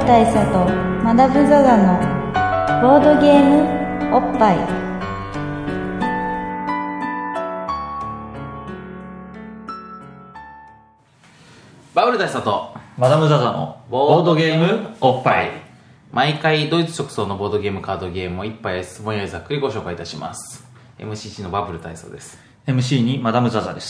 大佐とマダム・ザ・ザのボードゲームおっぱい。 バブル大佐とマダム・ザ・ザのボードゲームおっぱい。 毎回ドイツ直送のボードゲームカードゲームを一杯質問よりざっくりご紹介いたします。 MCC のバブル大佐です。 MC にマダム・ザ・ザです。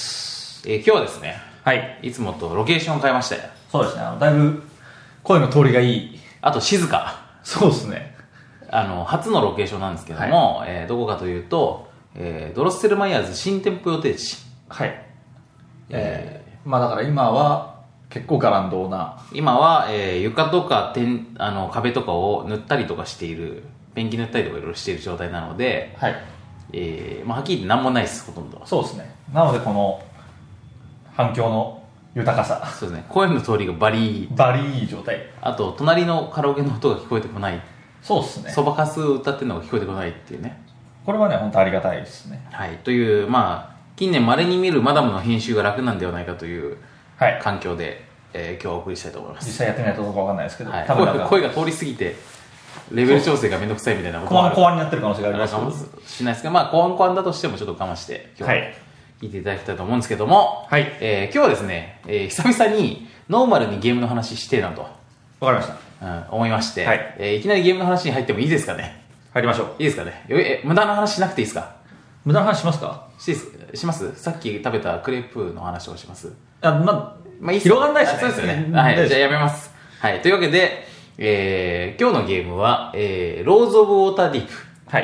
今日はですね、 はい、 いつもとロケーションを変えまして、 そうですね、だいぶ声の通りがいい。 あと静か。 そうですね、 初のロケーションなんですけども、はい、どこかというと、ドロッセルマイヤーズ新店舗予定地。 はい、まあだから今は結構ガランドーな、 今は、床とか壁とかを塗ったりとかしている、ペンキ塗ったりとかいろいろしている状態なので、 はい、 まあ、はっきり言って何もないです、ほとんど。 そうですね。なのでこの反響の豊かさ、 そうですね、声の通りがバリいい状態。 あと隣のカラオケの音が聞こえてこない。 そうですね、 そばかす歌ってるのが聞こえてこないっていうね。 これはね本当ありがたいですね。 はい、という、まあ近年稀に見るマダムの編集が楽なんではないかという環境で、今日はお送りしたいと思います。 実際やってみないとどうかわかんないですけど、 はい、 多分声が通り過ぎてレベル調整がめんどくさいみたいなこともある、 コワンになってる可能性がありますけど、 かもしれないですけど、まあコワンだとしてもちょっと我慢して今日は聞いていただきたいと思うんですけども、 はい、 今日はですね、久々にノーマルにゲームの話してえなと、 わかりました、 思いまして、 はい、 いきなりゲームの話に入ってもいいですかね。 入りましょう。 いいですかね。無駄な話しなくていいですか。 無駄な話しますか。 します。さっき食べたクレープの話をします。 まあ、 いい広がんないですね。 そうですよね。はい、じゃあやめます。はい、というわけで、今日のゲームは、ローズ・オブ・ウォーター・ディープ。 はい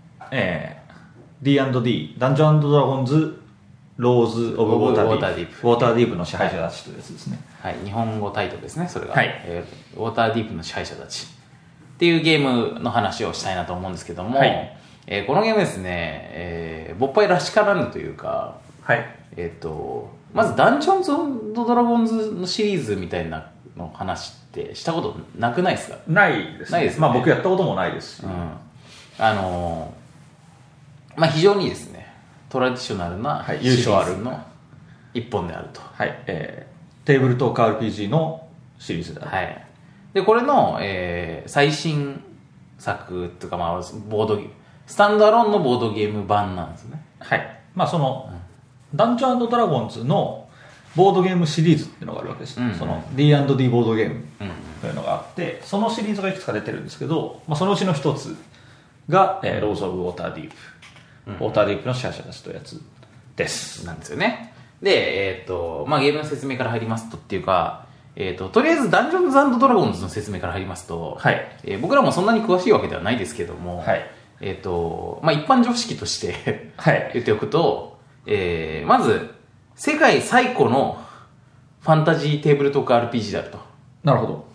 。D&D、ダンジョン&ドラゴンズ、ローズ・オブ・ウォーター・ディープ。ウォーター・ディープの支配者たちというやつですね。 はい、日本語タイトルですね、それが。 はい、 ウォーター・ディープの支配者たち。っていうゲームの話をしたいなと思うんですけども、はい、このゲームですね、勃発らしからぬというか、 はい、 まずダンジョンズ&ドラゴンズのシリーズみたいなの話ってしたことなくないですか。 ないですね。 ないですね。 まあ僕やったこともないですし、 まあ非常にですねトラディショナルなシリーズの一本であると。 はい、テーブルトーク RPG のシリーズである。 はい。でこれの、最新作というか、まあボードスタンドアローンのボードゲーム版なんですね。 はい。まあその、ダンジョン&ドラゴンズのボードゲームシリーズっていうのがあるわけです、その D&D ボードゲームというのがあって、そのシリーズがいくつか出てるんですけど、まあ、そのうちの一つが、ローズ・オブ・ウォーター・ディープ、ウォーター・ディープの支配者たちというやつですなんですよね。で、まあ、ゲームの説明から入りますとっていうか、とりあえずダンジョンズ&ドラゴンズの説明から入りますと、 はい、 僕らもそんなに詳しいわけではないですけども、 はい、 まあ、一般常識としてはい、 言っておくと、まず世界最古のファンタジーテーブルトーク RPG であると。 なるほど。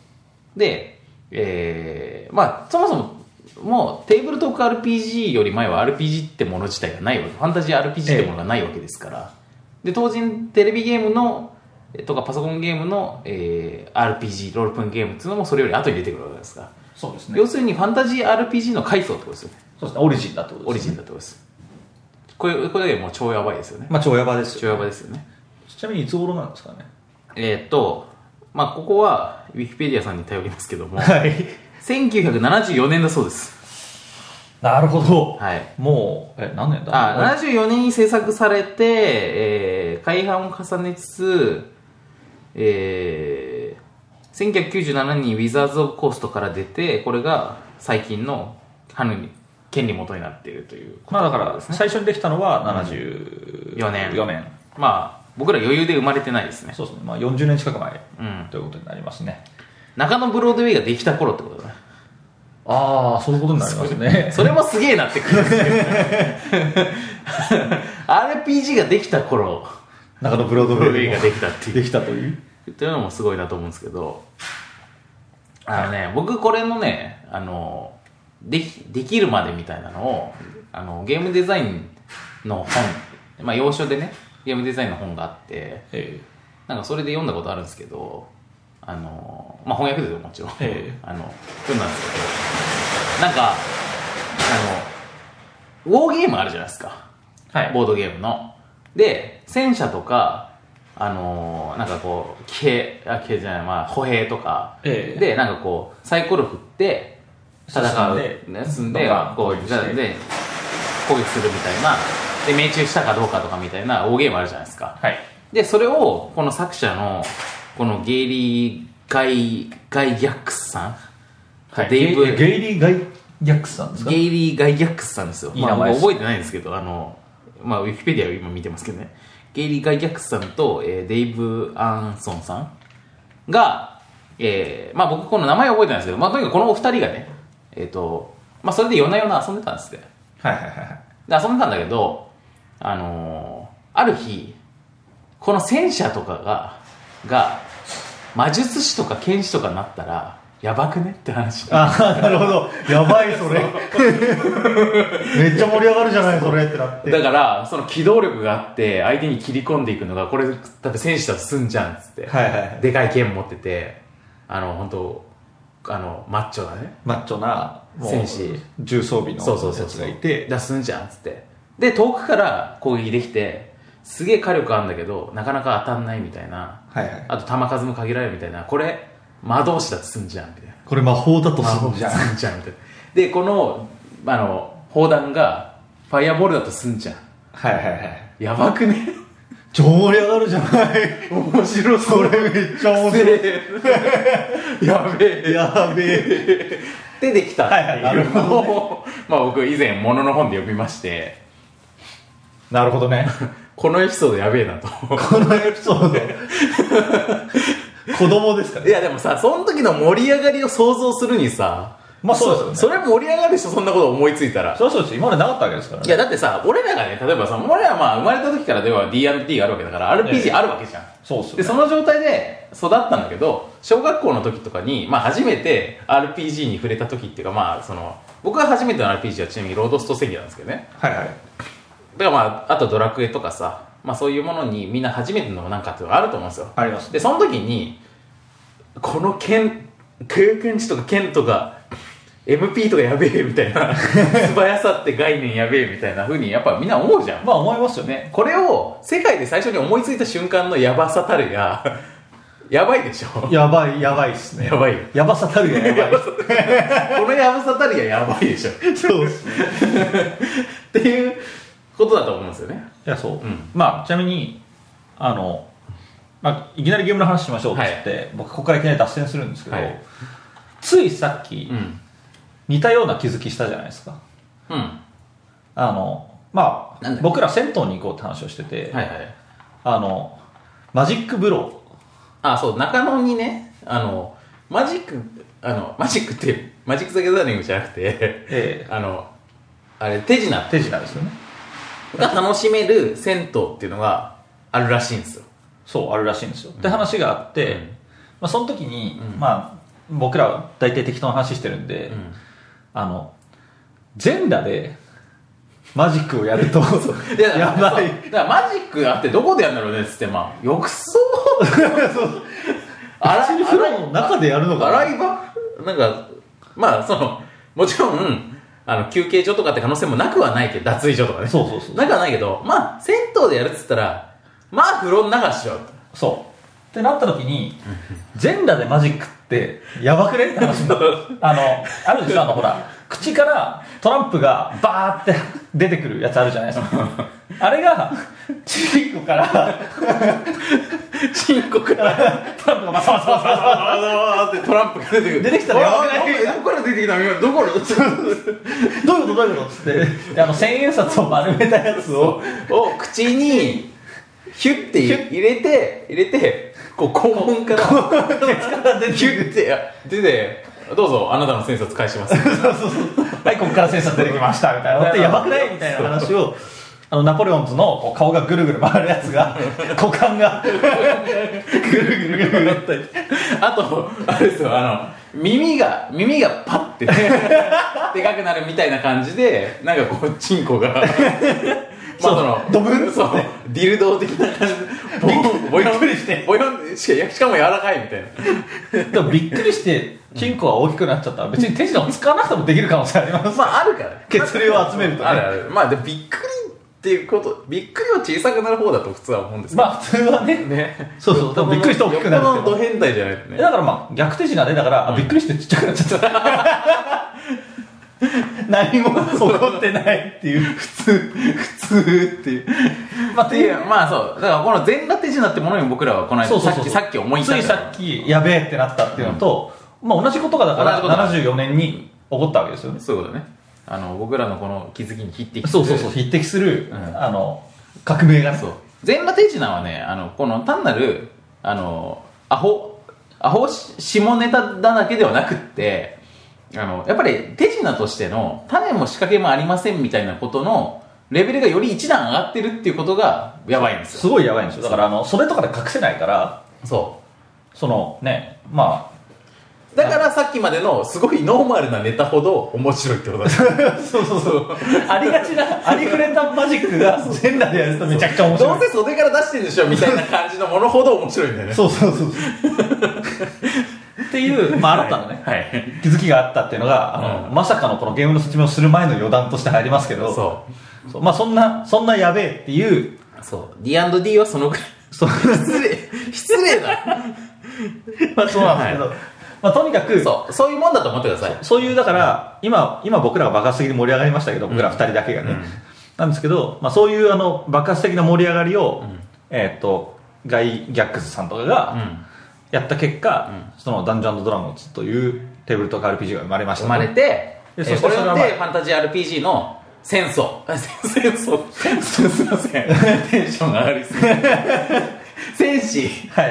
で、まあそもそももうテーブルトーク RPG より前は RPG ってもの自体がないわけ、ファンタジー RPG ってものがないわけですから、で当然テレビゲームのとかパソコンゲームの、RPG ロールプレイングゲームっていうのもそれより後に出てくるわけですから、 そうですね、 要するにファンタジー RPG の階層ってことですよね。 そうですね、オリジンだってことですね。 オリジンだってことです。これだけでもう超やばいですよね。 まあ超やばですよ、 超やばですよね。 ちなみにいつ頃なんですかね。 まあここはウィキペディアさんに頼りますけども、 はい、 1974年だそうです。 なるほど。 はい。 もう何年だ。 74年に制作されて、改版を重ねつつ、1997年にウィザーズ・オブ・コーストから出て、これが最近の権利元になっているということですね。 まあだから最初にできたのは74年。 まあ僕ら余裕で生まれてないですね。 そうですね。まあ40年近く前、ということになりますね。 中野ブロードウェイができた頃ってことだね。 ああ、そういうことになりますね。 それもすげえなってくるんですよRPG ができた頃、 中野ブロードウェイができたっていう。 できたという。 というのもすごいなと思うんですけど、僕これのね、できるまでみたいなのを、ゲームデザインの本、まあ要所でね、ゲームデザインの本があって、なんかそれで読んだことあるんですけど、まあ翻訳ですよもちろん、読んだんですけど、なんかウォーゲームあるじゃないですか、はい、ボードゲームので戦車とか、 なんかこう歩兵とか、でなんかこうサイコロ振って戦う進んでこうで攻撃するみたいなで命中したかどうかとかみたいな大ゲームあるじゃないですか、はい、でそれをこの作者のこのゲイリー・ガイギャックスさん、 はい、ゲイリー・ガイギャックスさんですか？ ゲイリー・ガイギャックスさんですよ。 いい名前です。 覚えてないんですけどウィキペディアを今見てますけどね、ゲイリー・ガイギャックスさんと、デイブ・アンソンさんが、僕この名前は覚えてないんですけど、とにかくこのお二人がね、それで夜な夜な遊んでたんですって。 はいはいはいはい。 で遊んでたんだけど、ある日この戦車とかが魔術師とか剣士とかになったらやばくねって話。 ああ、なるほど。やばいそれめっちゃ盛り上がるじゃないそれってなって。 だからその機動力があって相手に切り込んでいくのがこれだって戦士だとすんじゃんっつって、 はいはいはい、 でかい剣持ってて本当マッチョなね、 マッチョな戦士重装備のやつがいて出すんじゃんっつって、で遠くから攻撃できてすげえ火力あるんだけどなかなか当たんないみたいな、 はいはい、 あと弾数も限られるみたいな、これ魔導士だとすんじゃんみたいな、 これ魔法だとすんじゃんみたいな。でこの砲弾がファイアボールだとすんじゃん。 はいはいはい。 やばくね？ 超盛り上がるじゃない面白そう。 それめっちゃ面白いやべえやべえでできたっていう、 はいはい、なるほど、ね、 僕以前ものの本で読みまして、 なるほどねこのエピソードやべえなとこのエピソード子供ですかね。 いやでもさ、その時の盛り上がりを想像するにさ、 まあそうですよね。 それ盛り上がる人、そんなこと思いついたら。 そうです。今までなかったわけですからね。 いやだってさ、俺らがね、例えばさ、俺らは生まれた時からでは D&T があるわけだから、RPG あるわけじゃん。 そうっすよね。 でその状態で育ったんだけど、小学校の時とかに、初めて RPG に触れた時っていうか、僕が初めての RPG はちなみにロードストセギなんですけどね。 はいはい。 だからあとドラクエとかさ、そういうものにみんな初めてのなんかっていうのがあると思うんですよ。 あります。 でその時にこの経験値とか剣とか MP とかやべえみたいな素早さって概念やべえみたいな風にやっぱみんな思うじゃん。 思いますよね。 これを世界で最初に思いついた瞬間のやばさたるややばいでしょ。 やばいっすね。 やばいよ。 やばさたるややばいこのやばさたるややばいでしょ。 そうですねっていうことだと思うんですよね。 いやそう、ちなみにいきなりゲームの話しましょうって言って、僕ここからいきなり脱線するんですけど、ついさっき、似たような気づきしたじゃないですか。僕ら銭湯に行こうって話をしてて、マジックブロー、そう中野にね、マジックってマジック・ザ・ギャザリングじゃなくて、あれ手品ですよねが楽しめる銭湯っていうのがあるらしいんですよ。 そうあるらしいんですよ、って話があって、その時に、僕らは大体適当な話してるんで、全裸でマジックをやるとやばい。 だからマジックあってどこでやるんだろうねっつって、浴槽普通に風呂の中でやるのかな。 洗い場なんかもちろん休憩所とかって可能性もなくはないけど、脱衣所とかね、 そうなくはないけど、銭湯でやるっつったら風呂の中っしょ。 そうってなった時に全裸でマジックってやばくねって話もあるでしょ。ほら口からトランプがバーって出てくるやつあるじゃないですかあれがチンコからトランプがバサバサバサバサってトランプが出てくる。 出てきたらやばくない？ どこから出てきたの？どこからどういうことっつって千円札を丸めたやつを口にヒュッて入れてこう肛門からヒュッて出て、どうぞあなたの千冊返しますはい、ここから千冊出てきましたみたいなやばくないみたいな話をナポレオンズの顔がぐるぐる回るやつが股間がぐるぐるなったり、 あとあれですよ、耳がパッてでかくなるみたいな感じで、なんかこうチンコがドブンそうディルド的な感じでびっくりしてボヨンしかも柔らかいみたいな。 でもびっくりしてチンコが大きくなっちゃったら別に手品を使わなくてもできる可能性あります。 あるから血流を集めるとね。 あるでびっくりっていうこと、びっくりは小さくなる方だと普通は思うんですけど、 まあ普通はねそうそう、でもびっくりして大きくなるんですけど、 よっぽどのド変態じゃないとね。 だからまあ逆手品で、だから、びっくりしてちっちゃくなっちゃった何も起こってないっていう普通っていうまあっていう、まあそうだからこの全裸手品ってものに僕らはこの間さっき思いついさっきやべえってなったっていうのと、まあ同じことがだから74年に起こったわけですよね。 そういうことね。僕らのこの気づきに匹敵する、 そう匹敵する、革命がね。 そう全裸手品はね、この単なるアホ下ネタだけではなくって、やっぱり手品としての種も仕掛けもありませんみたいなことのレベルがより一段上がってるっていうことがやばいんですよ。 すごいやばいんですよ。だからそれとかで隠せないから、そのね、まあだからさっきまでのすごいノーマルなネタほど面白いってことだそうありがちなありふれたマジックが全裸でやるとめちゃくちゃ面白い。 どうせ袖から出してるでしょみたいな感じのものほど面白いんだよね。 そうっていう、まあ新たなね、気づきがあったっていうのが、まさかのこのゲームの説明をする前の余談として入りますけど、そうまあそんなやべえっていう、 そう D&D はそのぐらい失礼だまあそうなんですけど、まあとにかくそういうもんだと思ってください。 そういうだから今僕らが爆発的に盛り上がりましたけど、僕ら2人だけがね、なんですけど、まあそういう爆発的な盛り上がりを、ガイ・ギャックスさんとかがやった結果、そのダンジョン&ドラゴンズというテーブルトーク RPG が生まれました。 生まれて、 そしてそれをファンタジー RPG の戦争すいませんテンションが上がりすぎ戦士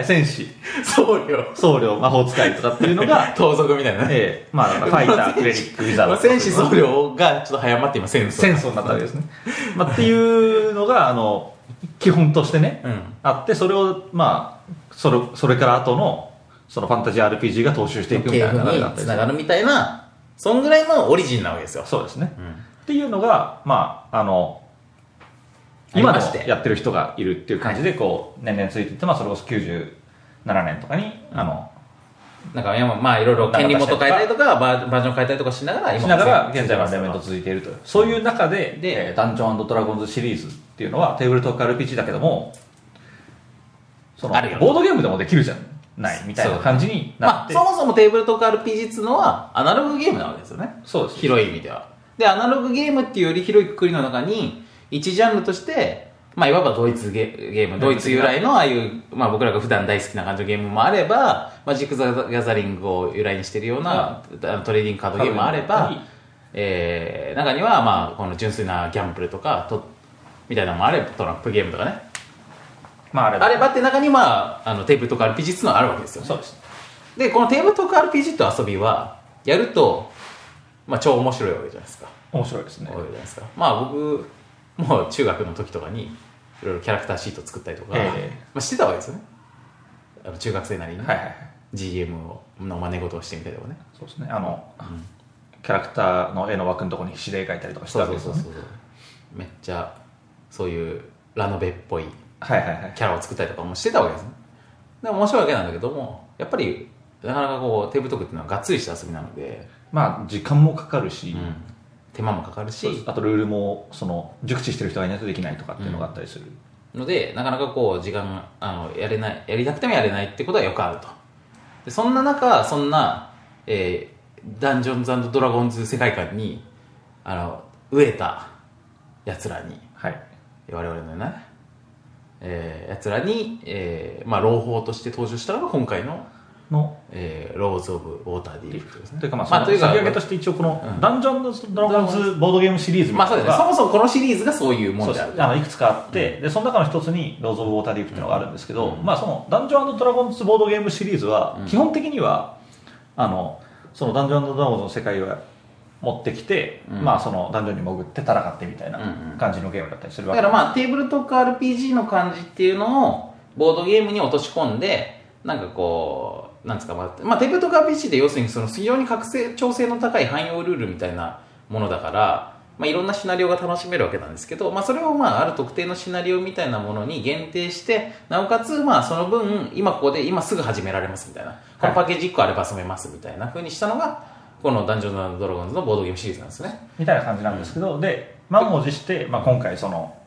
僧侶魔法使いとかっていうのが盗賊みたいなね、まあファイタークレリックウィザード戦士僧侶がちょっと早まって今戦争になったわけですねまあっていうのが基本としてね、あって、それをまあそれから後のそのファンタジー RPG が踏襲していくみたいな流れがあったりつながるみたいな、そんぐらいのオリジンなわけですよ。 そうですね、っていうのがまあ今でもやってる人がいるっていう感じでこう年々ついていって、まあそれこそ97年とかになんかまあいろいろ権利元変えたりとかバージョン変えたりとかしながら現在は連綿と続いているという、そういう中でダンジョン&ドラゴンズシリーズっていうのはテーブルトーク RPG だけどもボードゲームでもできるじゃないみたいな感じになって、 そもそもテーブルトーク RPG っていうのはアナログゲームなわけですよね。 そうです、 広い意味では。でアナログゲームっていうより広い括りの中に一ジャンルとして、まあ、いわばドイツゲーム、ドイツ由来のああいう、まあ、僕らが普段大好きな感じのゲームもあれば、マジック・ザ・ギャザリングを由来にしているようなトレーディングカードゲームもあれば、中には、まあ、この純粋なギャンブルとかみたいなのもあれば、トランプゲームとかね、まあ、あればって中に、まあ、テーブルトーク RPG っていうのがあるわけですよね。 そうです。 でこのテーブルトーク RPG と遊びはやると、まあ、超面白いわけじゃないですか。 面白いですね。 まあ僕もう中学の時とかにいろいろキャラクターシート作ったりとか、まあ、してたわけですよね。中学生なりに、GM の真似事をしてみたりとかね。 そうですね。キャラクターの絵の枠のところに指令書いたりとかしてたわけですよね。 めっちゃそういうラノベっぽいキャラを作ったりとかもしてたわけですね。でも面白いわけなんだけども、やっぱりなかなかこうテーブルトークっていうのはがっつりした遊びなので、 まあ時間もかかるし、 手間もかかるし、 あとルールも熟知してる人がいないとできないとかっていうのがあったりする、 のでなかなかこう時間やりたくてもやれないってことはよくあると。でそんな中、そんな、ダンジョンズ&ドラゴンズ世界観に飢えたやつらに、我々のね、やつらに、まあ、朗報として登場したのが今回のローズ・オブ・ウォーター・ディリフトですね。 というか、まあ、先駆けとして一応このダンジョンズ・ドラゴンズボードゲームシリーズみたいなのが、 そもそもこのシリーズがそういうもんである。 いくつかあって、でその中の一つにローズ・オブ・ウォーター・ディリフトっていうのがあるんですけど、まあ、そのダンジョン&ドラゴンズボードゲームシリーズは基本的には、そのダンジョン&ドラゴンズの世界を持ってきて、まあ、そのダンジョンに潜って戦ってみたいな感じのゲームだったりするわけだからまあテーブルトーク RPG の感じっていうのをボードゲームに落とし込んで、なんかこうなんですか、まあ、テーブルトーク RPG って要するにその非常に調整の高い汎用ルールみたいなものだから、まあ、いろんなシナリオが楽しめるわけなんですけど、まあ、それをまあある特定のシナリオみたいなものに限定して、なおかつまあその分今ここで今すぐ始められますみたいな、このパッケージ1個あれば遊べますみたいな風にしたのがこのダンジョンズ&ドラゴンズのボードゲームシリーズなんですね。 みたいな感じなんですけど、で満を持して、まあ、今回その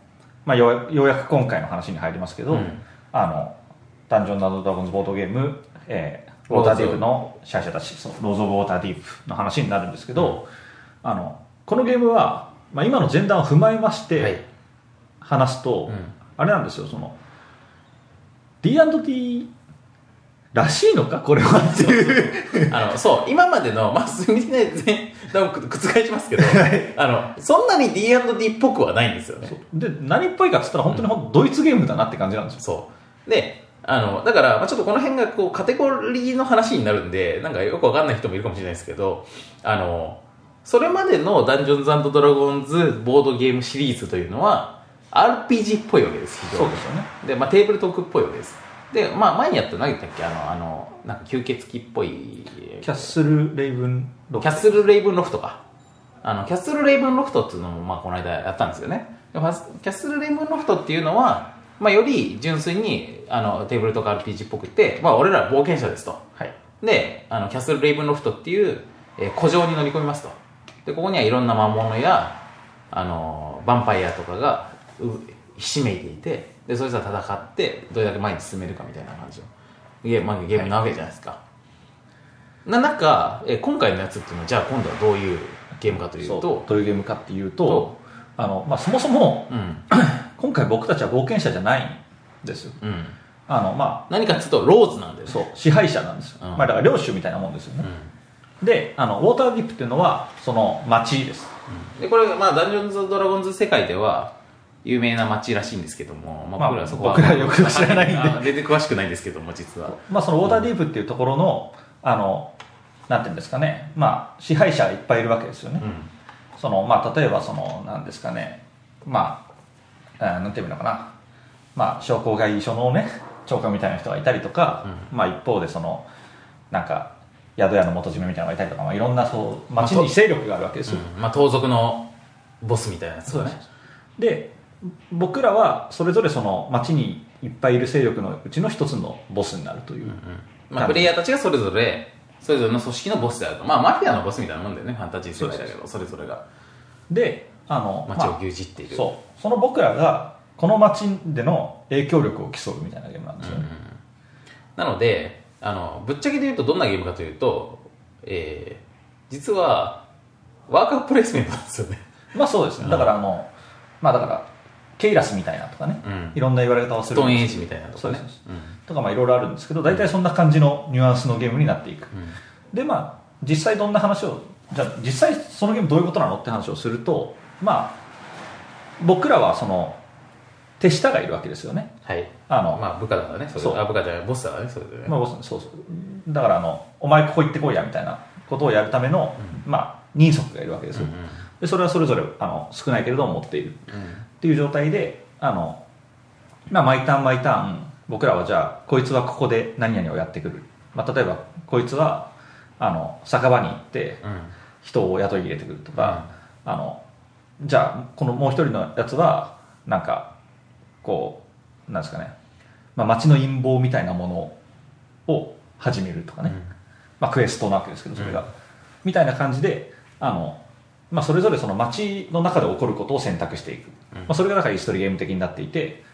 まあ、ようやく今回の話に入りますけど、ダンジョンズ&ドラゴンズボードゲーム、ウォーターディープの支配者たち、ローズ・オブ・ウォーターディープの話になるんですけど、このゲームは、まあ、今の前段を踏まえまして話すと、あれなんですよ、その D&D らしいのかこれはっていうそう今までのまあ全然覆しますけどそんなに D&D っぽくはないんですよね。 で何っぽいかっつったら本当にドイツゲームだなって感じなんですよ。 そうでだから、まあ、ちょっとこの辺がこうカテゴリーの話になるんでなんかよくわかんない人もいるかもしれないですけどそれまでのダンジョンズ&ドラゴンズボードゲームシリーズというのは RPG っぽいわけです。非常にそうですよね。 で、まあ、テーブルトークっぽいわけです。で、まあ、前にやった何言ったっけなんか吸血鬼っぽいキャッスルレイブンロフト。 キャッスルレイブンロフトか。キャッスルレイブンロフトっていうのも、まあ、この間やったんですよね。キャッスルレイブンロフトっていうのは、まあ、より純粋にテーブルとか RPG っぽくて、まあ、俺ら冒険者ですと。 はい、 で、キャッスルレイブンロフトっていう、古城に乗り込みますと。で、ここにはいろんな魔物や、ヴァンパイアとかがひしめいていて、で、そいつら戦って、どれだけ前に進めるかみたいな感じのゲームなわけじゃないですか。はい、中、今回のやつっていうのは、じゃあ今度はどういうゲームかというと、 どういうゲームかっていうと、まあ、そもそも、今回僕たちは冒険者じゃないんですよ。まあ、 何かっていうとローズなんだよね。 そう、支配者なんですよ。まあ、だから領主みたいなもんですよね。で、ウォーターディップっていうのはその町です。 でこれ、まあ、ダンジョンズ&ドラゴンズ世界では有名な町らしいんですけども、まあ、僕らはそこは僕らよく知らないんで全然詳しくないんですけども、実は、 まあ、そのウォーターディープっていうところの、なんていうんですかね、まあ、支配者がいっぱいいるわけですよね。そのまあ、例えばなんですかね、まあ、なんていうのかな、まあ、商工会議所のね長官みたいな人がいたりとか、まあ、一方でなんか宿屋の元締めみたいなのがいたりとか、まあ、いろんな町に勢力があるわけですよ。 まあ、盗賊のボスみたいなやつね。 で僕らはそれぞれその町にいっぱいいる勢力のうちの一つのボスになるという、 まあ、プレイヤーたちがそれぞれの組織のボスであると、まあ、マフィアのボスみたいなもんだよね、ファンタジー世界だけど、それぞれがで町を牛耳っている、 その僕らがこの町での影響力を競うみたいなゲームなんですよね。 なのでぶっちゃけで言うとどんなゲームかというと、実はワーカープレイスメントなんですよね。 まあそうですね。だからまあだからケイラスみたいなとかね、いろんな言われ方をするストーンエイジみたいなとかね、 とかまあいろいろあるんですけど、大体そんな感じのニュアンスのゲームになっていく。でまあ実際どんな話を、じゃあ実際そのゲームどういうことなのって話をすると、まあ僕らは手下がいるわけですよね。 はい。まあ部下だからね。部下じゃない、ボスだからね、それでね。 まあそうだからお前ここ行ってこいやみたいなことをやるための、まあ人足がいるわけですよ。でそれはそれぞれ少ないけれども持っているっていう状態で、まあ毎ターン毎ターン僕らはじゃあこいつはここで何々をやってくる。まあ例えばこいつは酒場に行って人を雇い入れてくるとか、じゃあこのもう一人のやつはなんかこうなんですかね、まあ、町の陰謀みたいなものを始めるとかね、まあ、クエストなわけですけどそれが、みたいな感じでまあ、それぞれその町の中で起こることを選択していく、まあ、それがだから椅子取りゲーム的になっていて、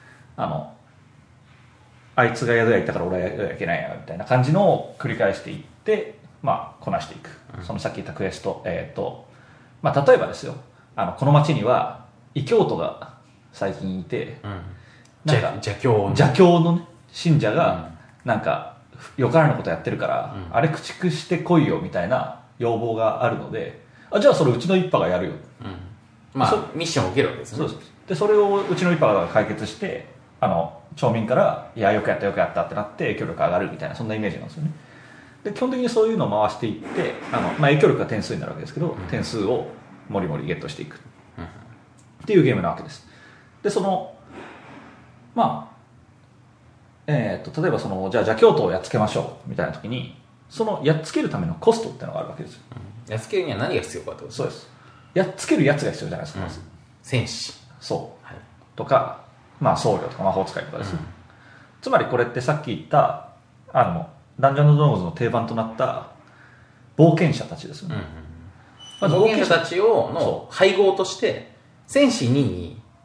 あいつが宿屋行ったから俺は宿屋行けないやみたいな感じのを繰り返していって、まあ、こなしていく、そのさっき言ったクエスト、まあ、例えばですよ、この町には異教徒が最近いて、なんか邪教の、ね、信者がなんかよからぬことやってるから、あれ駆逐してこいよみたいな要望があるので、じゃあそれうちの一派がやるよ、 まあミッションを受けるわけですね。 そうです。でそれをうちの一派が解決して町民からいやよくやったよくやったってなって影響力上がるみたいな、そんなイメージなんですよね。で基本的にそういうのを回していってまあ、影響力が点数になるわけですけど、点数をもりもりゲットしていくっていうゲームなわけです。でまあ例えばじゃあ邪教徒をやっつけましょうみたいな時にそのやっつけるためのコストっていうのがあるわけですよ。 やっつけるには何が必要かってことですか。 そうです。やっつけるやつが必要じゃないですか、まず戦士とか、まあ、僧侶とか魔法使いとかです、つまりこれってさっき言ったダンジョンズ・ドラゴンズの定番となった冒険者たちですよね。 冒険者たちの配合として戦士2に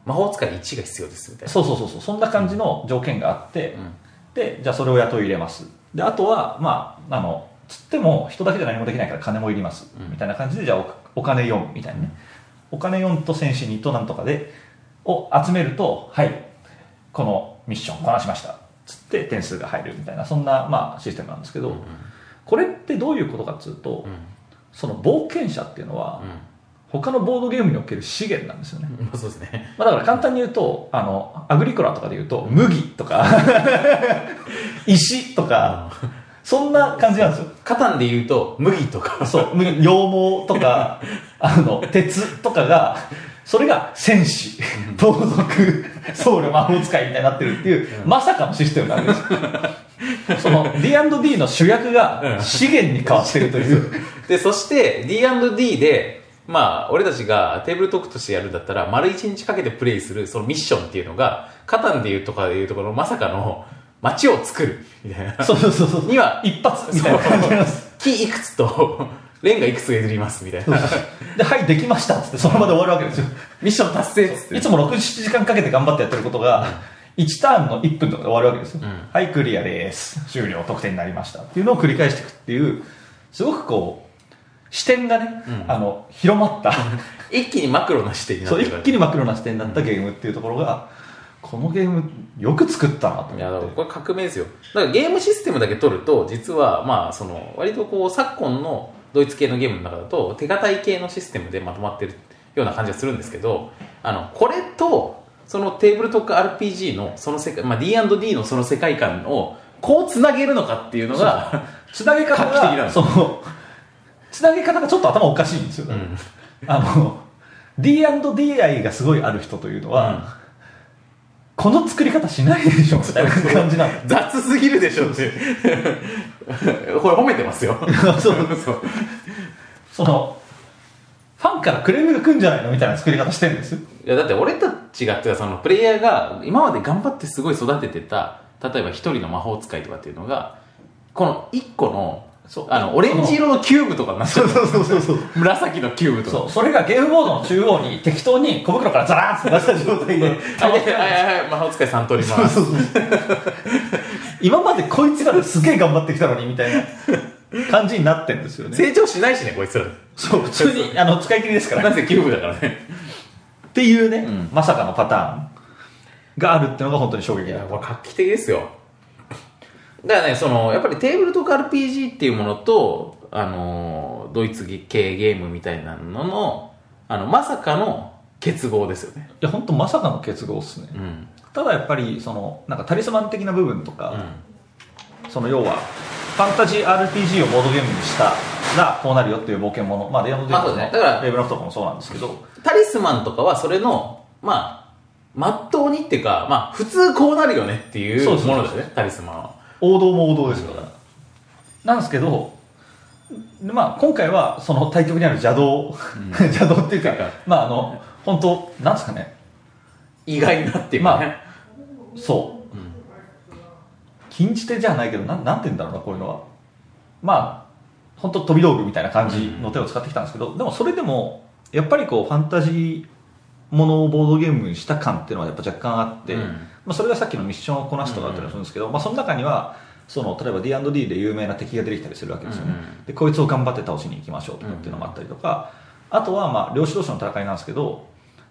魔法使い1が必要ですみたいな。 そうそんな感じの条件があって、でじゃあそれを雇い入れます。であとはつっても人だけじゃ何もできないから金もいります、みたいな感じでじゃあお金4みたいなね、お金4と戦士2となんとかでを集めると、はいこのミッションこなしましたつって点数が入るみたいな、そんなシステムなんですけど、これってどういうことかっていうと、その冒険者っていうのは、他のボードゲームにおける資源なんですよね。 そうですね。 だから簡単に言うとアグリコラとかで言うと麦とか石とか、そんな感じなんですよ。 カタンで言うと麦とかそう羊毛とか鉄とかが、それが戦士盗賊僧侶魔法使いみたいになってるっていう、まさかのシステムなんですよ。その D&D の主役が資源に変わってるというでそして D&D で俺たちがテーブルトークとしてやるんだったら丸1日かけてプレイするそのミッションっていうのが、カタンでいうとかでいうところのまさかの街を作るみたいな、 そうには一発みたいな感じなんです。 木いくつとレンガいくつ削りますみたいなではいできましたっつってその場で終わるわけですよ。 ミッション達成っつって、 いつも 6,7 時間かけて頑張ってやってることが、1ターンの1分とかで終わるわけですよ、はいクリアです終了得点になりましたっていうのを繰り返していくっていう、すごくこう視点がね、広まった一気にマクロな視点になってる、 そう一気にマクロな視点になったゲームっていうところが、このゲームよく作ったなと思って。 いやだからこれ革命ですよ。だからゲームシステムだけ取ると、実はその割とこう昨今のドイツ系のゲームの中だと手堅い系のシステムでまとまってるような感じがするんですけど、これとそのテーブルトーク RPG のその世界、D&D のその世界観をこうつなげるのかっていうのがつなげ方がつなげ方がちょっと頭おかしいんですよ、D&D 愛がすごいある人というのは、この作り方しないでしょみたいな感じなの。 雑すぎるでしょってこれ褒めてますよそうそのファンからクレームが来るんじゃないのみたいな作り方してるんですよ。 いやだって俺たちがそのプレイヤーが今まで頑張ってすごい育ててた、例えば一人の魔法使いとかっていうのがこの一個のオレンジ色のキューブとかになっちゃう。 そう紫のキューブとか。 それがゲームボードの中央に適当に小袋からザラーッと出した状態ではい魔法使い3通ります今までこいつらですげえ頑張ってきたのにみたいな感じになってんですよね。 成長しないしねこいつら。 そう普通に使い切りですからなぜキューブだからねっていうね、まさかのパターンがあるっていうのが本当に衝撃だ。 いやこれ画期的ですよ。だからね、やっぱりテーブルトーク RPG っていうものと、ドイツ系ゲームみたいなのの、まさかの結合ですよね。 いや、本当まさかの結合ですね。ただやっぱり、なんかタリスマン的な部分とか、要は、ファンタジー RPG をボードゲームにしたら、こうなるよっていう冒険もの、レイアンド・デーブのレーブラフとかもそうなんですけど、 タリスマンとかはそれの、まっとうにっていうか、普通こうなるよねっていうものですね、タリスマンは。 王道も王道ですから、なんですけど、今回はその対極にある邪道、邪道っていうか本当なんですかね、 意外なっていうかね、 そう、禁じ手じゃないけどなんて言うんだろうな、こういうのは本当飛び道具みたいな感じの手を使ってきたんですけど、でもそれでもやっぱりこうファンタジーものをボードゲームにした感っていうのはやっぱ若干あって、それがさっきのミッションをこなすとかだったりするんですけど、その中には例えば D&D で有名な敵が出てきたりするわけですよね、でこいつを頑張って倒しに行きましょうとかっていうのもあったりとか、あとは領主同士の戦いなんですけど、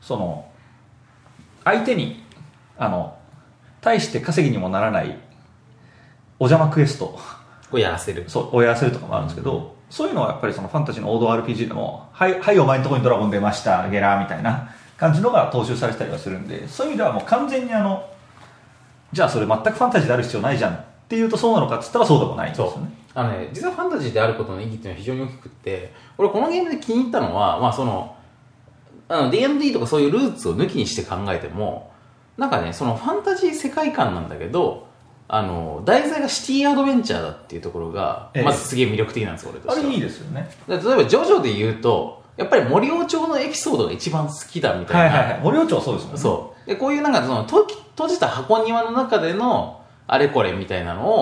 相手に対して稼ぎにもならないお邪魔クエストをやらせるとかもあるんですけど、そういうのはやっぱりファンタジーの王道 RPG でもはいお前のところにドラゴン出ましたゲラーみたいな感じのが踏襲されてたりはするんで、そういう意味ではもう完全にじゃあそれ全くファンタジーである必要ないじゃんっていうとそうなのかっつったらそうでもないんですよね。 実はファンタジーであることの意義っていうのは非常に大きくって、俺このゲームで気に入ったのは、D&D とかそういうルーツを抜きにして考えても、なんかね、そのファンタジー世界観なんだけど、題材がシティアドベンチャーだっていうところが、まずすげえ魅力的なんですよ、俺としては。 あれいいですよね。 例えばジョジョで言うと、やっぱり森尾町のエピソードが一番好きだみたいな。 森尾町はそうですもんね。 そう。で、こういうなんか閉じた箱庭の中でのあれこれみたいなのを、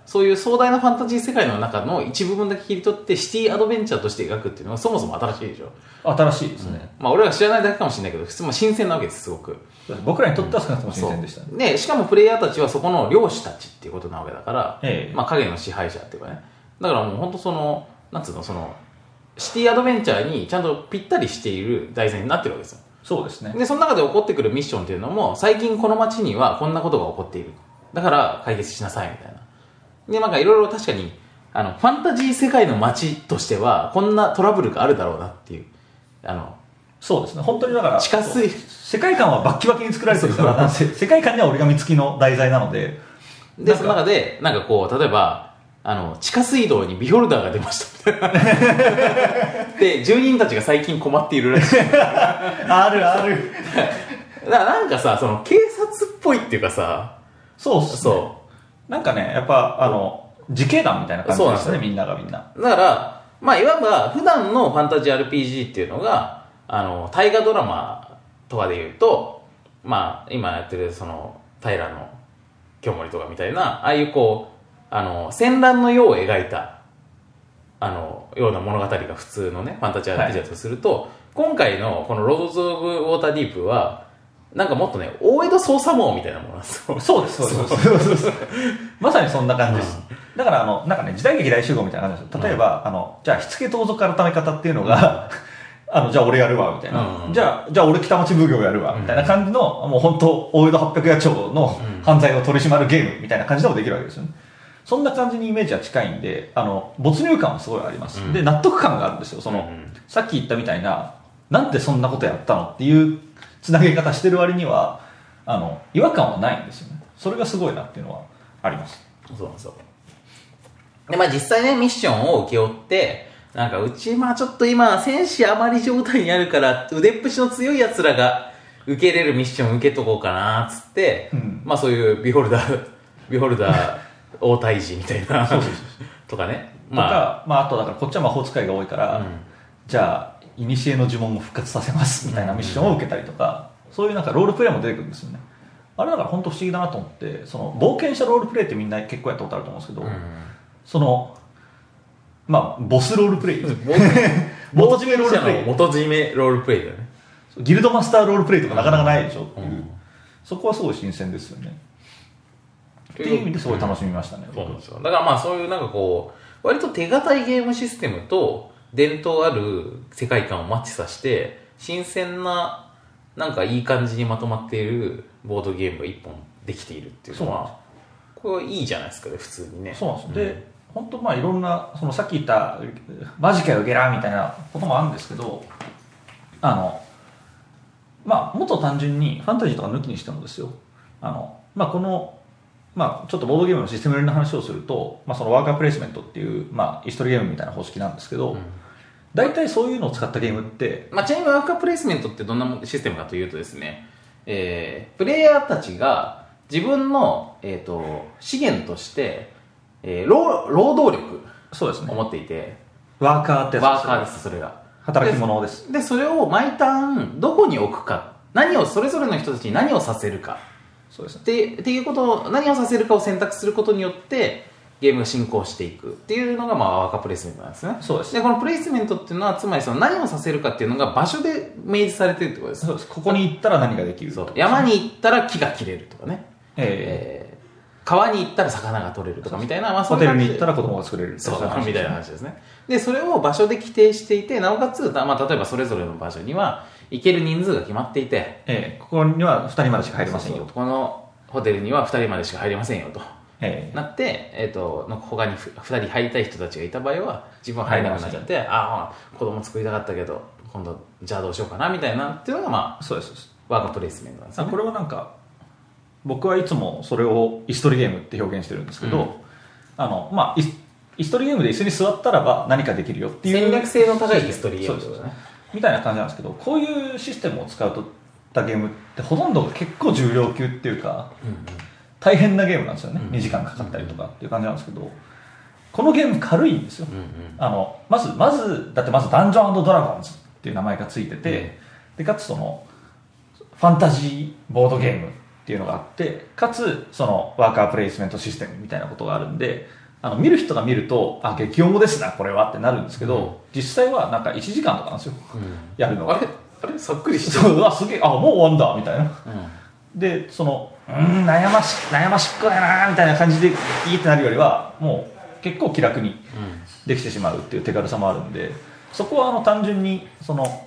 そういう壮大なファンタジー世界の中の一部分だけ切り取ってシティアドベンチャーとして描くっていうのはそもそも新しいでしょ。 新しいですね、 まあ俺らが知らないだけかもしれないけど普通も新鮮なわけです。すごく僕らにとっては少なくとも新鮮でしたね、 でしかもプレイヤーたちはそこの領主たちっていうことなわけだから、まあ影の支配者っていうかね、だからもう本当そのなんつうの、そのシティアドベンチャーにちゃんとぴったりしている題材になってるわけですよ。 そうですね。 でその中で起こってくるミッションっていうのも、最近この街にはこんなことが起こっている、だから解決しなさいみたいな。でなんかいろいろ確かにファンタジー世界の街としてはこんなトラブルがあるだろうなっていう、 そうですね。本当にだから地下水世界観はバッキバキに作られてるから世界観には折り紙付きの題材なので、 でその中でなんかこう例えば地下水道にビホルダーが出ましたみたいなで住人たちが最近困っているらしいあるあるだからなんかさ、その警察っぽいっていうかさ、 そうっすね。 そうなんかね、やっぱ自警団みたいな感じですね、みんながみんな。 だからまあいわば普段のファンタジー RPG っていうのが大河ドラマとかでいうと、まあ今やってるその平清盛とかみたいな、ああいうこう戦乱の世を描いたような物語が普通のねファンタジー RPG だとすると、今回のこのロードズ・オブ・ウォーターディープはなんかもっとね大江戸捜査網みたいなものなんですよ。 そうですそうですまさにそんな感じです、だからなんかね時代劇大集合みたいな感じですよ。例えば、じゃあ火付盗賊改め方っていうのがじゃあ俺やるわみたいな、じゃあ俺北町奉行やるわみたいな感じの、もう本当大江戸800夜町の犯罪を取り締まるゲームみたいな感じでもできるわけですよね。そんな感じにイメージは近いんで、没入感はすごいあります、で納得感があるんですよ。さっき言ったみたいな、なんでそんなことやったのっていうつなげ方してる割には違和感はないんですよね。それがすごいなっていうのはあります。 そうなんですよ。でまあ実際ねミッションを請け負って、なんかうちまあちょっと今戦士余り状態にあるから腕っぷしの強いやつらが受けれるミッション受けとこうかなっつって、まあそういうビホルダー王退治みたいなとかね、 まああとだからこっちは魔法使いが多いから、じゃあ古の呪文を復活させますみたいなミッションを受けたりとか、そういうなんかロールプレイも出てくるんですよね。あれだから本当不思議だなと思って、その冒険者ロールプレイってみんな結構やったことあると思うんですけど、そのまあボスロールプレイ元締めロールプレイ、 元締めロールプレイだよね。 ギルドマスターロールプレイとかなかなかないでしょっていう、そこはすごい新鮮ですよね。っていう意味ですごい楽しみましたね。 そうなんですよ。だからまあそういうなんかこう割と手堅いゲームシステムと伝統ある世界観をマッチさせて新鮮ななんかいい感じにまとまっているボードゲームが一本できているっていうのはこれはいいじゃないですかね、普通にね。 そうなんです。で本当まあいろんなそのさっき言ったマジかよゲラーみたいなこともあるんですけど、まあもっと単純にファンタジーとか抜きにしてもですよ、まあこのまあ、ちょっとボードゲームのシステム寄りの話をすると、まあ、そのワーカープレイスメントっていう、まあ、椅子取りゲームみたいな方式なんですけど、大体そういうのを使ったゲームって、 まあ、ちなみにワーカープレイスメントってどんなシステムかというとですね、プレイヤーたちが自分の、資源として、労働力を持っていて、 ワーカーってやつです。 ワーカーです。それが働き者です。 でそれを毎ターンどこに置くか、何をそれぞれの人たちに何をさせるか、 そうですね。 っていうことを、何をさせるかを選択することによってゲームが進行していくっていうのが、まあ、ワーカープレイスメントなんですね。 そうです。 でこのプレイスメントっていうのはつまりその何をさせるかっていうのが場所で明示されてるってことです。 そうです。ここに行ったら何ができるとか、 山に行ったら木が切れるとかね、川に行ったら魚が取れるとかみたいな、まあ、 ホテルに行ったら子供が作れるそうみたいな話ですね。でそれを場所で規定していて、なおかつ、まあ、例えばそれぞれの場所には行ける人数が決まっていて、 ここには2人までしか入れませんよ。 このホテルには2人までしか入れませんよと、なって、他に2人入りたい人たちがいた場合は自分は入れなくなっちゃって、ああ子供作りたかったけど今度じゃあどうしようかなみたいなっていうのが、まあ、 そうですワーカープレイスメントなんですよね。 これはなんか僕はいつもそれを椅子取りゲームって表現してるんですけど、まあ椅子取りゲームで椅子に座ったらば何かできるよっていう戦略性の高い椅子取りゲームですねみたいな感じなんですけど、こういうシステムを使うとったゲームってほとんどが結構重量級っていうか、大変なゲームなんですよね。2時間かかったりとかっていう感じなんですけど、このゲーム軽いんですよ。まずだってまずダンジョン&ドラゴンズっていう名前がついてて、でかつそのファンタジーボードゲームってっていうのがあって、かつそのワーカープレイスメントシステムみたいなことがあるんで、見る人が見ると激重ですなこれはってなるんですけど、実際はなんか1時間とかなんですよ、やるのが。 あれさっくりしてる。すげえ、もう終わんだみたいな、でその悩ましっこやなみたいな感じでいいってなるよりは、もう結構気楽にできてしまうっていう手軽さもあるんで、そこは単純にその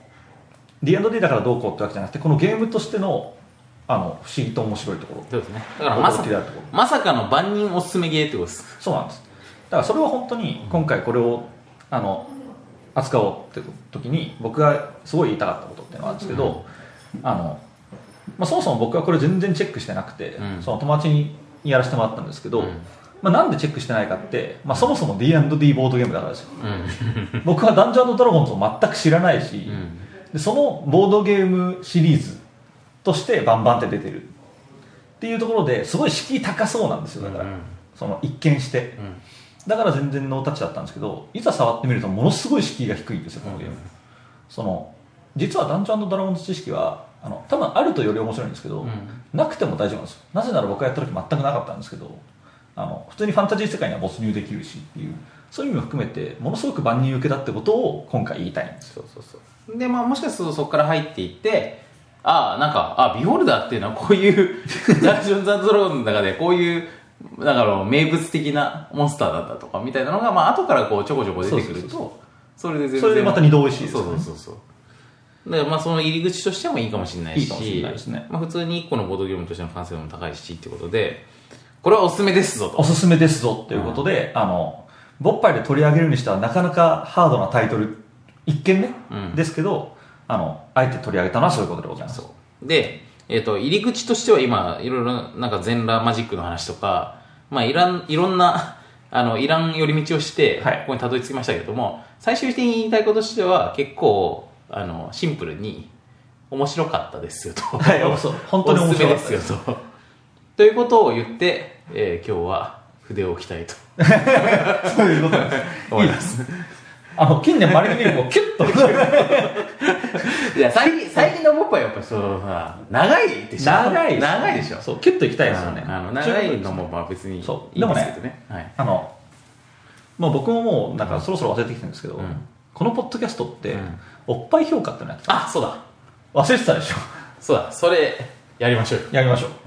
D&D だからどうこうってわけじゃなくて、このゲームとしての不思議と面白いところ。 そうですね。だからまさかの万人おすすめゲーってことです。 そうなんです。だからそれは本当に今回これを扱おうって時に僕がすごい言いたかったことっていうのがあるんですけど、そもそも僕はこれ全然チェックしてなくて、その友達にやらせてもらったんですけど、なんでチェックしてないかって、そもそも D&D ボードゲームだからですよ。僕はダンジョン&ドラゴンズを全く知らないし、でそのボードゲームシリーズとしてバンバンって出てるっていうところですごい敷居高そうなんですよ。だから、その一見して、だから全然ノータッチだったんですけど、いざ触ってみるとものすごい敷居が低いんですよ、このゲーム。実はダンジョン&ドラゴンズ知識は多分あるとより面白いんですけど、なくても大丈夫なんですよ。なぜなら僕がやった時全くなかったんですけど、普通にファンタジー世界には没入できるしっていう、そういう意味も含めてものすごく万人受けだってことを今回言いたいんです。 そうで、もしかするとそこから入っていって、ビホルダーっていうのはこういうダンジョンズ&ドラゴンズの中でこういうだから名物的なモンスターだったとかみたいなのが、後からこうちょこちょこ出てくると、それで全然それでまた二度美味しいですね。 だからその入り口としてもいいかもしれないし、 いいかもしれないですね。 普通に1個のボードゲームとしての完成度も高いしっていうことで、これはおすすめですぞと。 おすすめですぞっていうことで、ボッパイで取り上げるにしてはなかなかハードなタイトル一見ね、ですけど、あえて取り上げたのはそういうことでございます。 で、入り口としては今いろいろなんか全裸マジックの話とか、いろんないらん寄り道をして、ここにたどり着きましたけれども、最終的に言いたいこととしては結構シンプルに面白かったですよと、 本当に面白かったですよということを言って、今日は筆を置きたいとそういうことです思います。近年まれに見るとキュッといや最近のボッパはやっぱ長いでしょ。長いでしょ。 そうキュッといきたいですよね。 長いのも別にいいんですけどね。 もう僕ももうなんかそろそろ忘れてきてるんですけど、このポッドキャストっておっぱい評価ってのやってた。 そうだ、 忘れてたでしょ。 そうだ、それやりましょう。 全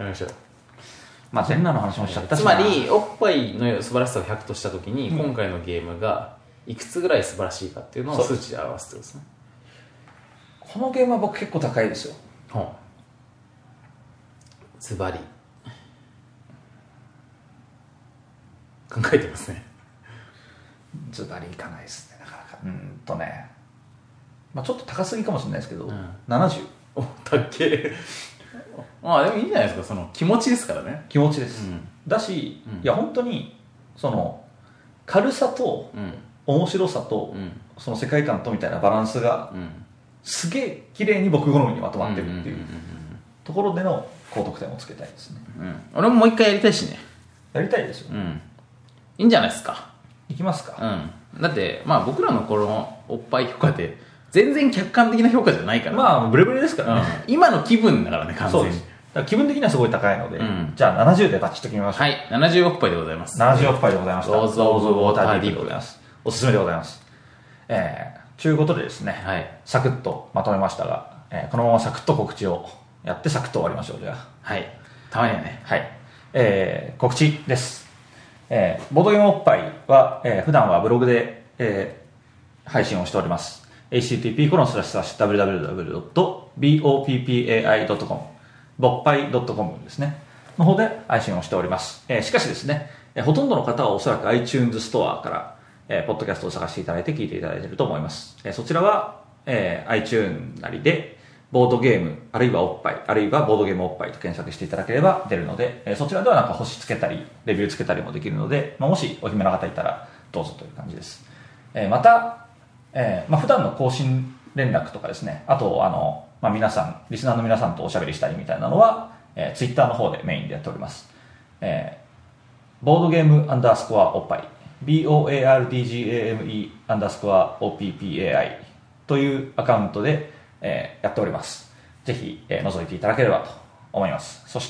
裸の話もしちゃったし、 つまりおっぱいの素晴らしさを100としたときに、今回のゲームがいくつぐらい素晴らしいかっていうのを数値で表すってことですね。 このゲームは僕結構高いですよ。 ズバリ考えてますね。 ズバリいかないですね、なかなか。ちょっと高すぎかもしれないですけど、70。 たっけでもいいんじゃないですか。その気持ちですからね。 気持ちです、だし、いや本当にその軽さと面白さと、その世界観とみたいなバランスが、すげえ綺麗に僕好みにまとまってるっていうところでの高得点をつけたいですね。 俺ももう一回やりたいしね。 やりたいですよ。 いいんじゃないですか。 いきますか。 だって僕らのこのおっぱい評価って全然客観的な評価じゃないから、 ブレブレですからね、 今の気分だからね、完全に。 だから気分的にはすごい高いので、じゃあ70でバチッと決めましょう。 はい、70おっぱいでございます。 70おっぱいでございました。 どうぞウォーターディープでございます。おすすめでございます。ということでですね、サクッとまとめましたが、このままサクッと告知をやってサクッと終わりましょう。じゃあ、 たまにはね。 告知です。ボードゲームおっぱいは、普段はブログで、配信をしております。http://www.boppai.com ぼっぱい .com ですねの方で配信をしております。しかしですね、ほとんどの方はおそらく iTunes ストアから、ポッドキャストを探していただいて聞いていただいていると思います。そちらは、iTunes なりでボードゲームあるいはおっぱいあるいはボードゲームおっぱいと検索していただければ出るので、そちらではなんか星つけたりレビューつけたりもできるので、もしお暇な方いたらどうぞという感じです。また普段の更新連絡とかですね、あと皆さんリスナーの皆さんとおしゃべりしたりみたいなのは、Twitter の方でメインでやっております。ボードゲーム_おっぱい BOARDGAME _OPPAI というアカウントで、やっております。ぜひ、覗いていただければと思います。そして、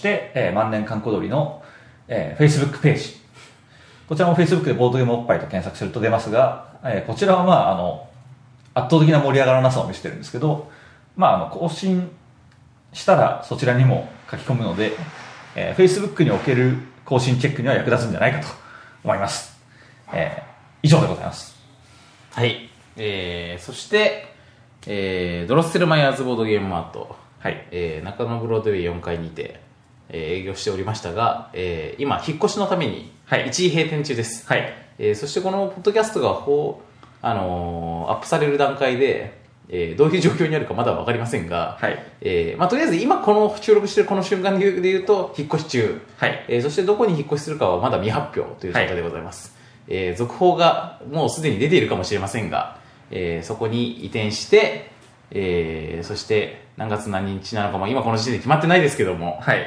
万年観光鳥の、Facebook ページ。こちらも Facebook でボードゲームおっぱいと検索すると出ますが、こちらは圧倒的な盛り上がらなさを見せてるんですけど、更新したらそちらにも書き込むので、Facebook における更新チェックには役立つんじゃないかと思います。以上でございます。 はい。そして、ドロッセルマイヤーズボードゲームマート、はい、中野ブロードウェイ4階にて、営業しておりましたが、今引っ越しのために一時閉店中です、はい。そしてこのポッドキャストがアップされる段階で、どういう状況にあるかまだ分かりませんが、はい、とりあえず今この収録しているこの瞬間で言うと引っ越し中、はい。そしてどこに引っ越しするかはまだ未発表という状態でございます、はい。続報がもうすでに出ているかもしれませんが、そこに移転して、そして何月何日なのかも今この時点で決まってないですけども、はい。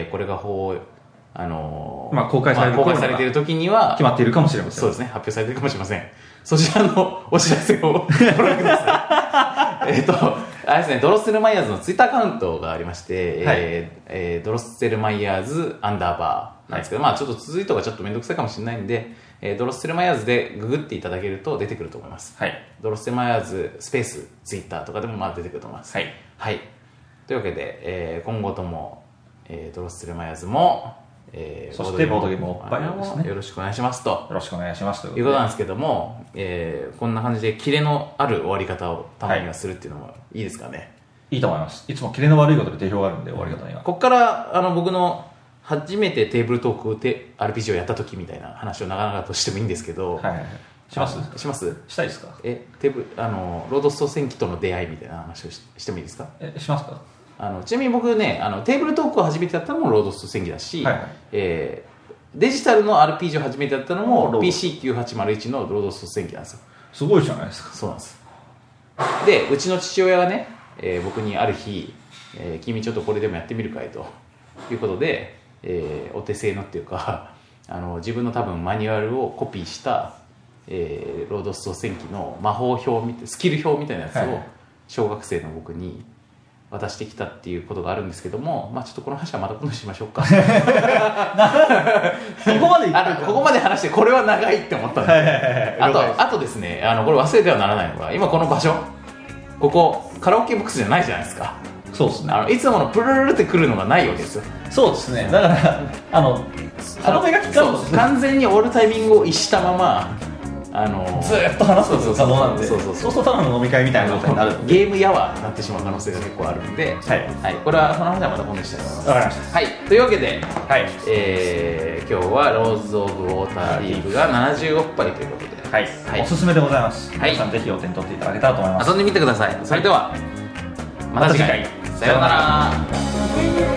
これが公開されている時には決まっているかもしれません。 そうですね、発表されているかもしれません。そちらのお知らせをご覧ください。あれですね、ドロッセルマイヤーズのツイッターアカウントがありまして、はい、ドロッセルマイヤーズアンダーバーなんですけど、はい、ちょっと続いとかちょっとめんどくさいかもしれないんで、ドロッセルマイヤーズでググっていただけると出てくると思います。はい、ドロッセルマイヤーズスペースツイッターとかでも出てくると思います。はい。はい、というわけで、今後とも、ドロッセルマイヤーズも、 そしてボードゲームおっぱいをですね、 よろしくお願いしますと。 よろしくお願いしますということなんですけども、こんな感じでキレのある終わり方をたまにはするっていうのもいいですかね。 はい、いいと思います。いつもキレの悪いことで定評があるんで、終わり方には。 ここから僕の初めてテーブルトークで RPG をやった時みたいな話を長々としてもいいんですけど、はいはいはい、 しますしたいですか。 テーブルロードスト戦記との出会いみたいな話をしてもいいですか。 しますか。 ちなみに僕ね、テーブルトークを初めてやったのもロードスト戦記だし、はいはい、デジタルの RPG を初めてやったのも PC9801 のロードスト戦記なんですよ。 すごいじゃないですか。 そうなんです。で、うちの父親がね、僕にある日、君ちょっとこれでもやってみるかいということで、お手製のっていうか自分の多分マニュアルをコピーした、ロードスト戦記の魔法表スキル表みたいなやつを小学生の僕に渡してきたっていうことがあるんですけども、ちょっとこの話はまた今度しましょうか。ここまで話してこれは長いって思ったんで、あとですね、これ忘れてはならないのが、今この場所、ここカラオケボックスじゃないじゃないですか。 そうですね。 いつものプルルルってくるのがないわけですよ。 そうですね。だから歯止めが効かんのですね。 完全に終わるタイミングを逸したままずっと話すことが可能なんで、そうするとただの飲み会みたいな状態になる。 ゲームやわになってしまう可能性が結構あるんで、はいはい、これはその話はまた今度したいと思います。 わかりました。 はい、というわけで、はい、今日はローズ・オブ・ウォーターリーグが70おっぱいということで、 はいはい、おすすめでございます。はい、皆さんぜひお手に取っていただけたらと思います。 遊んでみてください。それでは、また次回、さようなら。